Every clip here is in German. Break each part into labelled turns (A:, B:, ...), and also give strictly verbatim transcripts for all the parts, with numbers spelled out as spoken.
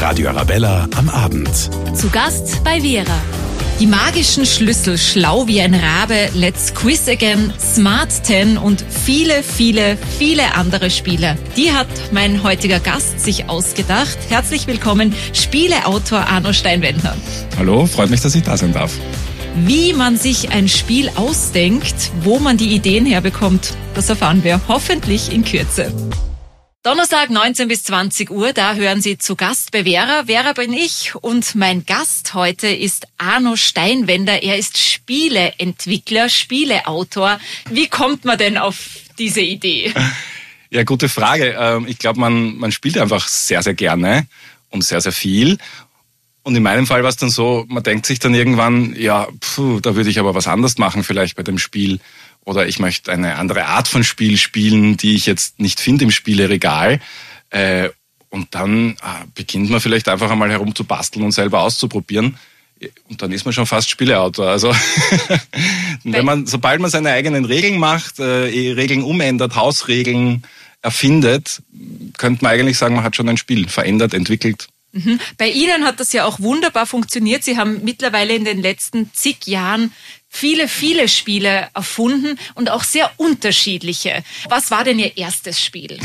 A: Radio Arabella am Abend.
B: Zu Gast bei Vera. Die magischen Schlüssel, schlau wie ein Rabe, Let's Quiz Again, Smart zehn und viele, viele, viele andere Spiele. Die hat mein heutiger Gast sich ausgedacht. Herzlich willkommen, Spieleautor Arno Steinwender.
C: Hallo, freut mich, dass ich da sein darf.
B: Wie man sich ein Spiel ausdenkt, wo man die Ideen herbekommt, das erfahren wir hoffentlich in Kürze. Donnerstag neunzehn bis zwanzig Uhr, da hören Sie zu Gast bei Vera. Vera bin ich und mein Gast heute ist Arno Steinwender. Er ist Spieleentwickler, Spieleautor. Wie kommt man denn auf diese Idee?
C: Ja, gute Frage. Ich glaube, man, man spielt einfach sehr, sehr gerne und sehr, sehr viel. Und in meinem Fall war es dann so, man denkt sich dann irgendwann, ja, pfuh, da würde ich aber was anderes machen vielleicht bei dem Spiel. Oder ich möchte eine andere Art von Spiel spielen, die ich jetzt nicht finde im Spieleregal. Äh, und dann äh, beginnt man vielleicht einfach einmal herumzubasteln und selber auszuprobieren. Und dann ist man schon fast Spieleautor. Also wenn man, sobald man seine eigenen Regeln macht, äh, Regeln umändert, Hausregeln erfindet, könnte man eigentlich sagen, man hat schon ein Spiel verändert, entwickelt.
B: Mhm. Bei Ihnen hat das ja auch wunderbar funktioniert. Sie haben mittlerweile in den letzten zig Jahren viele, viele Spiele erfunden und auch sehr unterschiedliche. Was war denn Ihr erstes Spiel?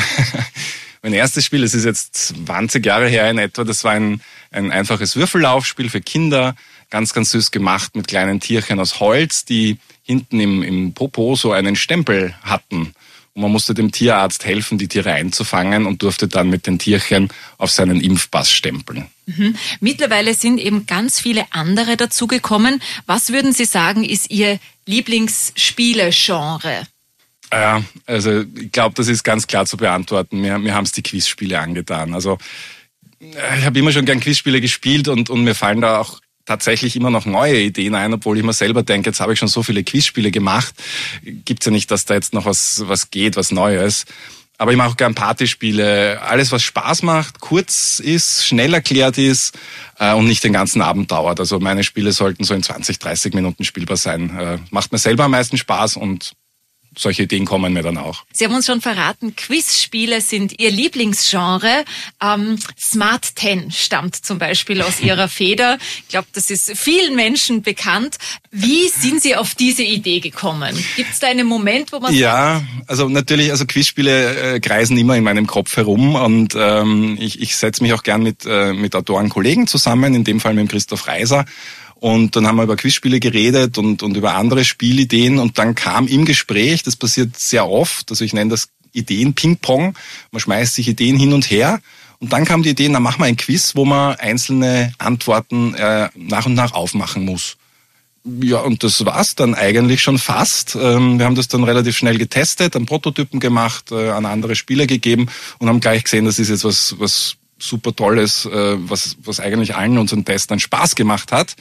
C: Mein erstes Spiel, es ist jetzt zwanzig Jahre her in etwa, das war ein, ein einfaches Würfellaufspiel für Kinder, ganz, ganz süß gemacht mit kleinen Tierchen aus Holz, die hinten im, im Popo so einen Stempel hatten. Und man musste dem Tierarzt helfen, die Tiere einzufangen und durfte dann mit den Tierchen auf seinen Impfpass stempeln.
B: Mhm. Mittlerweile sind eben ganz viele andere dazugekommen. Was würden Sie sagen, ist Ihr Lieblingsspiele-Genre?
C: Ja, also ich glaube, das ist ganz klar zu beantworten. Mir, mir haben es die Quizspiele angetan. Also ich habe immer schon gern Quizspiele gespielt und, und mir fallen da auch tatsächlich immer noch neue Ideen ein, obwohl ich mir selber denke, jetzt habe ich schon so viele Quizspiele gemacht. Gibt's ja nicht, dass da jetzt noch was, was geht, was Neues. Aber ich mache auch gern Partyspiele. Alles, was Spaß macht, kurz ist, schnell erklärt ist äh, und nicht den ganzen Abend dauert. Also meine Spiele sollten so in zwanzig, dreißig Minuten spielbar sein. Äh, macht mir selber am meisten Spaß und solche Ideen kommen mir dann auch.
B: Sie haben uns schon verraten, Quizspiele sind Ihr Lieblingsgenre. Ähm, Smart zehn stammt zum Beispiel aus Ihrer Feder. Ich glaube, das ist vielen Menschen bekannt. Wie sind Sie auf diese Idee gekommen? Gibt es da einen Moment, wo man
C: Ja,
B: sagt,
C: also natürlich, also Quizspiele äh, kreisen immer in meinem Kopf herum und ähm, ich, ich setze mich auch gern mit, äh, mit Autorenkollegen zusammen, in dem Fall mit dem Christoph Reiser. Und dann haben wir über Quizspiele geredet und, und über andere Spielideen und dann kam im Gespräch, das passiert sehr oft, also ich nenne das Ideen-Ping-Pong, man schmeißt sich Ideen hin und her und dann kam die Idee, na machen wir ein Quiz, wo man einzelne Antworten äh, nach und nach aufmachen muss. Ja, und das war's dann eigentlich schon fast. Wir haben das dann relativ schnell getestet, einen Prototypen gemacht, an andere Spieler gegeben und haben gleich gesehen, das ist jetzt was, was super Tolles, was, was eigentlich allen unseren Testern Spaß gemacht hat.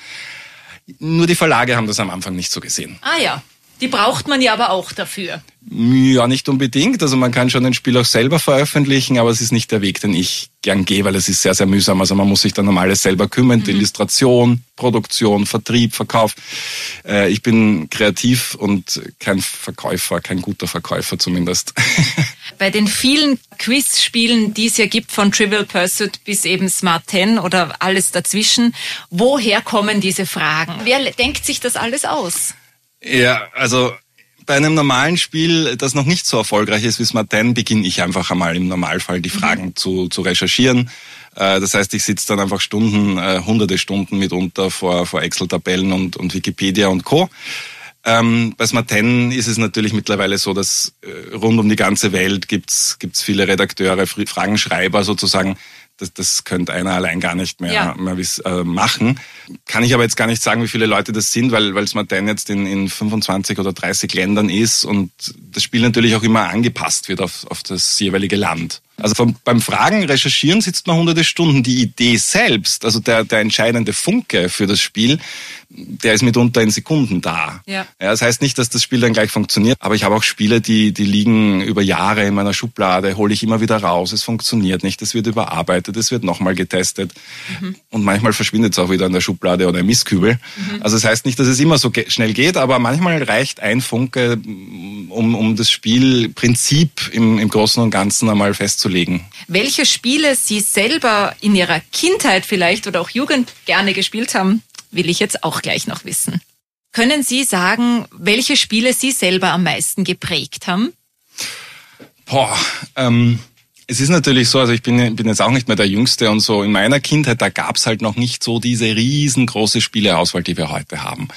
C: Nur die Verlage haben das am Anfang nicht so gesehen.
B: Ah ja, die braucht man ja aber auch dafür.
C: Ja, nicht unbedingt. Also man kann schon ein Spiel auch selber veröffentlichen, aber es ist nicht der Weg, den ich gern gehe, weil es ist sehr, sehr mühsam. Also man muss sich dann um alles selber kümmern. Mhm. Die Illustration, Produktion, Vertrieb, Verkauf. Äh, ich bin kreativ und kein Verkäufer, kein guter Verkäufer zumindest.
B: Bei den vielen Quizspielen, die es ja gibt, von Trivial Pursuit bis eben Smart zehn oder alles dazwischen, woher kommen diese Fragen? Wer denkt sich das alles aus?
C: Ja, also bei einem normalen Spiel, das noch nicht so erfolgreich ist wie Smart zehn, beginne ich einfach einmal im Normalfall die Fragen mhm. zu, zu recherchieren. Das heißt, ich sitze dann einfach Stunden, äh, hunderte Stunden mitunter vor, vor Excel-Tabellen und, und Wikipedia und Co. Ähm, bei Smart zehn ist es natürlich mittlerweile so, dass äh, rund um die ganze Welt gibt's gibt's viele Redakteure, Fragenschreiber sozusagen. Das, das könnte einer allein gar nicht mehr, ja. mehr wiss, äh, machen. Kann ich aber jetzt gar nicht sagen, wie viele Leute das sind, weil, weil Smart zehn jetzt in, in fünfundzwanzig oder dreißig Ländern ist und das Spiel natürlich auch immer angepasst wird auf, auf das jeweilige Land. Also vom, beim Fragen, Recherchieren sitzt man hunderte Stunden. Die Idee selbst, also der, der entscheidende Funke für das Spiel, der ist mitunter in Sekunden da. Ja. Ja, das heißt nicht, dass das Spiel dann gleich funktioniert, aber ich habe auch Spiele, die, die liegen über Jahre in meiner Schublade, hole ich immer wieder raus, es funktioniert nicht, es wird überarbeitet, es wird nochmal getestet mhm. und manchmal verschwindet es auch wieder in der Schublade oder im Mistkübel. Mhm. Also das heißt nicht, dass es immer so ge- schnell geht, aber manchmal reicht ein Funke, um, um das Spielprinzip im, im Großen und Ganzen einmal festzulegen loszulegen.
B: Welche Spiele Sie selber in Ihrer Kindheit vielleicht oder auch Jugend gerne gespielt haben, will ich jetzt auch gleich noch wissen. Können Sie sagen, welche Spiele Sie selber am meisten geprägt haben?
C: Boah, ähm, es ist natürlich so, also ich bin, bin jetzt auch nicht mehr der Jüngste und so. In meiner Kindheit, da gab's halt noch nicht so diese riesengroße Spieleauswahl, die wir heute haben.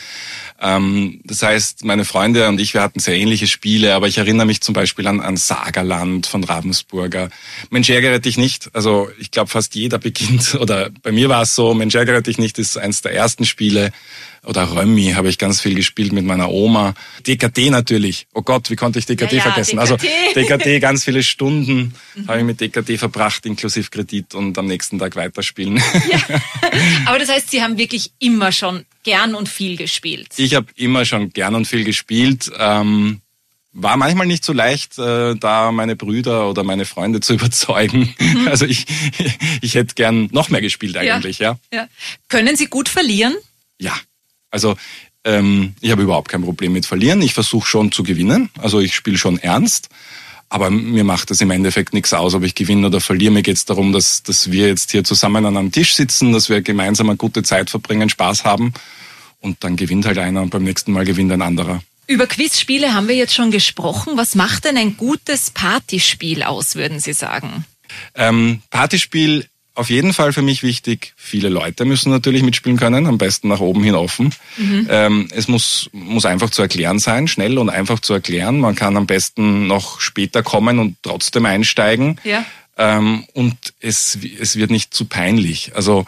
C: Ähm, das heißt, meine Freunde und ich, wir hatten sehr ähnliche Spiele, aber ich erinnere mich zum Beispiel an, an Sagerland von Ravensburger. Mensch, ärgere dich nicht. Also ich glaube, fast jeder beginnt, oder bei mir war es so, Mensch, ärgere dich nicht ist eins der ersten Spiele. Oder Römmi habe ich ganz viel gespielt mit meiner Oma. D K T natürlich. Oh Gott, wie konnte ich D K T ja, ja, vergessen? D K T. Also D K T, ganz viele Stunden mhm. habe ich mit D K T verbracht, inklusive Kredit und am nächsten Tag weiterspielen. Ja.
B: Aber das heißt, Sie haben wirklich immer schon gern und viel gespielt?
C: Ich habe immer schon gern und viel gespielt. Ähm, war manchmal nicht so leicht, äh, da meine Brüder oder meine Freunde zu überzeugen. Mhm. Also ich, ich hätte gern noch mehr gespielt eigentlich. Ja.
B: Ja. Ja. Können Sie gut verlieren?
C: Ja. Also ähm, ich habe überhaupt kein Problem mit Verlieren. Ich versuche schon zu gewinnen. Also ich spiele schon ernst. Aber mir macht das im Endeffekt nichts aus, ob ich gewinne oder verliere. Mir geht es darum, dass, dass wir jetzt hier zusammen an einem Tisch sitzen, dass wir gemeinsam eine gute Zeit verbringen, Spaß haben. Und dann gewinnt halt einer und beim nächsten Mal gewinnt ein anderer.
B: Über Quizspiele haben wir jetzt schon gesprochen. Was macht denn ein gutes Partyspiel aus, würden Sie sagen?
C: Ähm, Partyspiel auf jeden Fall für mich wichtig. Viele Leute müssen natürlich mitspielen können, am besten nach oben hin offen. Mhm. Ähm, es muss, muss einfach zu erklären sein, schnell und einfach zu erklären. Man kann am besten noch später kommen und trotzdem einsteigen. Ja. Ähm, und es, es wird nicht zu peinlich. Also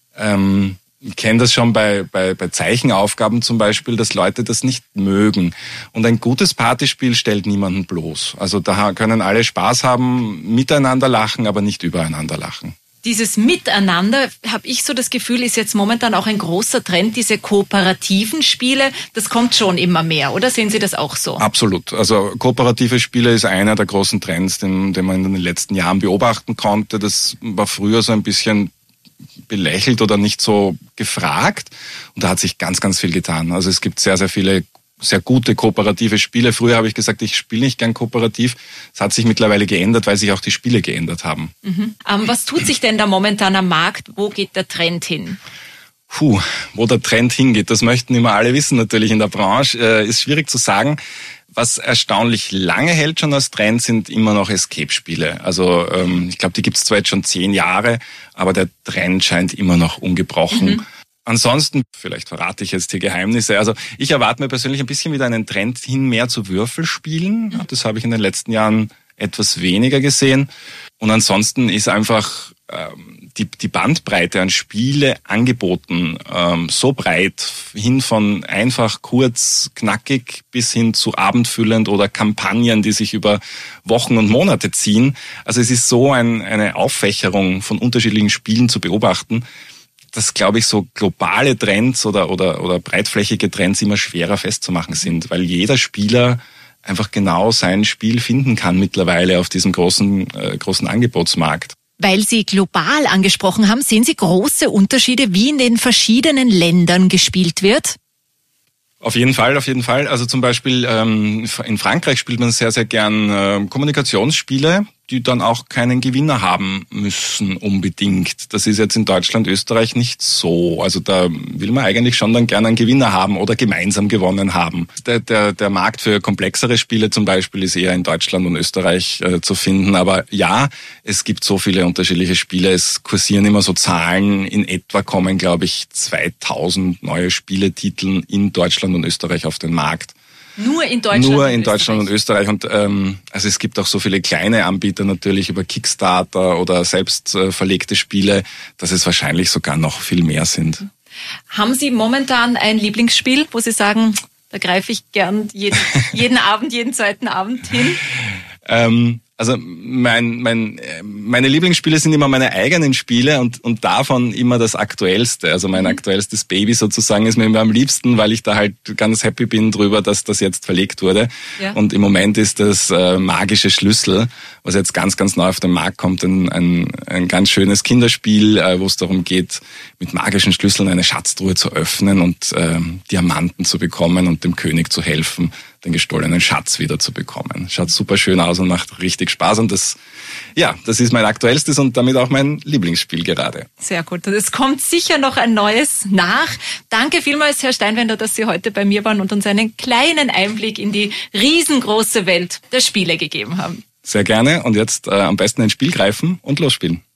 C: ähm, ich kenne das schon bei, bei, bei Zeichenaufgaben zum Beispiel, dass Leute das nicht mögen. Und ein gutes Partyspiel stellt niemanden bloß. Also da können alle Spaß haben, miteinander lachen, aber nicht übereinander lachen.
B: Dieses Miteinander, habe ich so das Gefühl, ist jetzt momentan auch ein großer Trend, diese kooperativen Spiele. Das kommt schon immer mehr, oder sehen Sie das auch so?
C: Absolut. Also kooperative Spiele ist einer der großen Trends, den, den man in den letzten Jahren beobachten konnte. Das war früher so ein bisschen belächelt oder nicht so gefragt. Und da hat sich ganz, ganz viel getan. Also es gibt sehr, sehr viele sehr gute kooperative Spiele. Früher habe ich gesagt, ich spiele nicht gern kooperativ. Es hat sich mittlerweile geändert, weil sich auch die Spiele geändert haben.
B: Mhm. Ähm, was tut sich denn da momentan am Markt? Wo geht der Trend hin?
C: Puh, wo der Trend hingeht, das möchten immer alle wissen natürlich in der Branche. Äh, ist schwierig zu sagen. Was erstaunlich lange hält schon als Trend, sind immer noch Escape-Spiele. Also ähm, ich glaube, die gibt es zwar jetzt schon zehn Jahre, aber der Trend scheint immer noch ungebrochen. Mhm. Ansonsten, vielleicht verrate ich jetzt hier Geheimnisse, also ich erwarte mir persönlich ein bisschen wieder einen Trend hin mehr zu Würfelspielen. Das habe ich in den letzten Jahren etwas weniger gesehen. Und ansonsten ist einfach ähm, die, die Bandbreite an Spiele angeboten ähm, so breit, hin von einfach, kurz, knackig bis hin zu abendfüllend oder Kampagnen, die sich über Wochen und Monate ziehen. Also es ist so ein, eine Auffächerung von unterschiedlichen Spielen zu beobachten, dass, glaube ich, so globale Trends oder, oder, oder breitflächige Trends immer schwerer festzumachen sind, weil jeder Spieler einfach genau sein Spiel finden kann mittlerweile auf diesem großen, äh, großen Angebotsmarkt.
B: Weil Sie global angesprochen haben, sehen Sie große Unterschiede, wie in den verschiedenen Ländern gespielt wird?
C: Auf jeden Fall, auf jeden Fall. Also zum Beispiel ähm, in Frankreich spielt man sehr, sehr gern äh, Kommunikationsspiele, die dann auch keinen Gewinner haben müssen unbedingt. Das ist jetzt in Deutschland, Österreich nicht so. Also da will man eigentlich schon dann gerne einen Gewinner haben oder gemeinsam gewonnen haben. Der, der, der Markt für komplexere Spiele zum Beispiel ist eher in Deutschland und Österreich äh, zu finden. Aber ja, es gibt so viele unterschiedliche Spiele. Es kursieren immer so Zahlen. In etwa kommen, glaube ich, zweitausend neue Spieletiteln in Deutschland und Österreich auf den Markt.
B: Nur in Deutschland
C: Nur in Deutschland und Österreich. Und ähm, also es gibt auch so viele kleine Anbieter natürlich über Kickstarter oder selbst äh, verlegte Spiele, dass es wahrscheinlich sogar noch viel mehr sind.
B: Haben Sie momentan ein Lieblingsspiel, wo Sie sagen, da greife ich gern jeden, jeden Abend, jeden zweiten Abend hin?
C: Ähm, also mein, mein, meine Lieblingsspiele sind immer meine eigenen Spiele und, und davon immer das Aktuellste. Also mein mhm. aktuellstes Baby sozusagen ist mir immer am liebsten, weil ich da halt ganz happy bin drüber, dass das jetzt verlegt wurde. Ja. Und im Moment ist das äh, Magische Schlüssel. was jetzt ganz, ganz neu auf den Markt kommt, ein, ein, ein ganz schönes Kinderspiel, äh, wo es darum geht, mit magischen Schlüsseln eine Schatztruhe zu öffnen und äh, Diamanten zu bekommen und dem König zu helfen, den gestohlenen Schatz wieder zu bekommen. Schaut super schön aus und macht richtig Spaß und das, ja, das ist mein aktuellstes und damit auch mein Lieblingsspiel gerade.
B: Sehr gut. Und es kommt sicher noch ein neues nach. Danke vielmals, Herr Steinwender, dass Sie heute bei mir waren und uns einen kleinen Einblick in die riesengroße Welt der Spiele gegeben haben.
C: Sehr gerne und jetzt äh, am besten ins Spiel greifen und losspielen.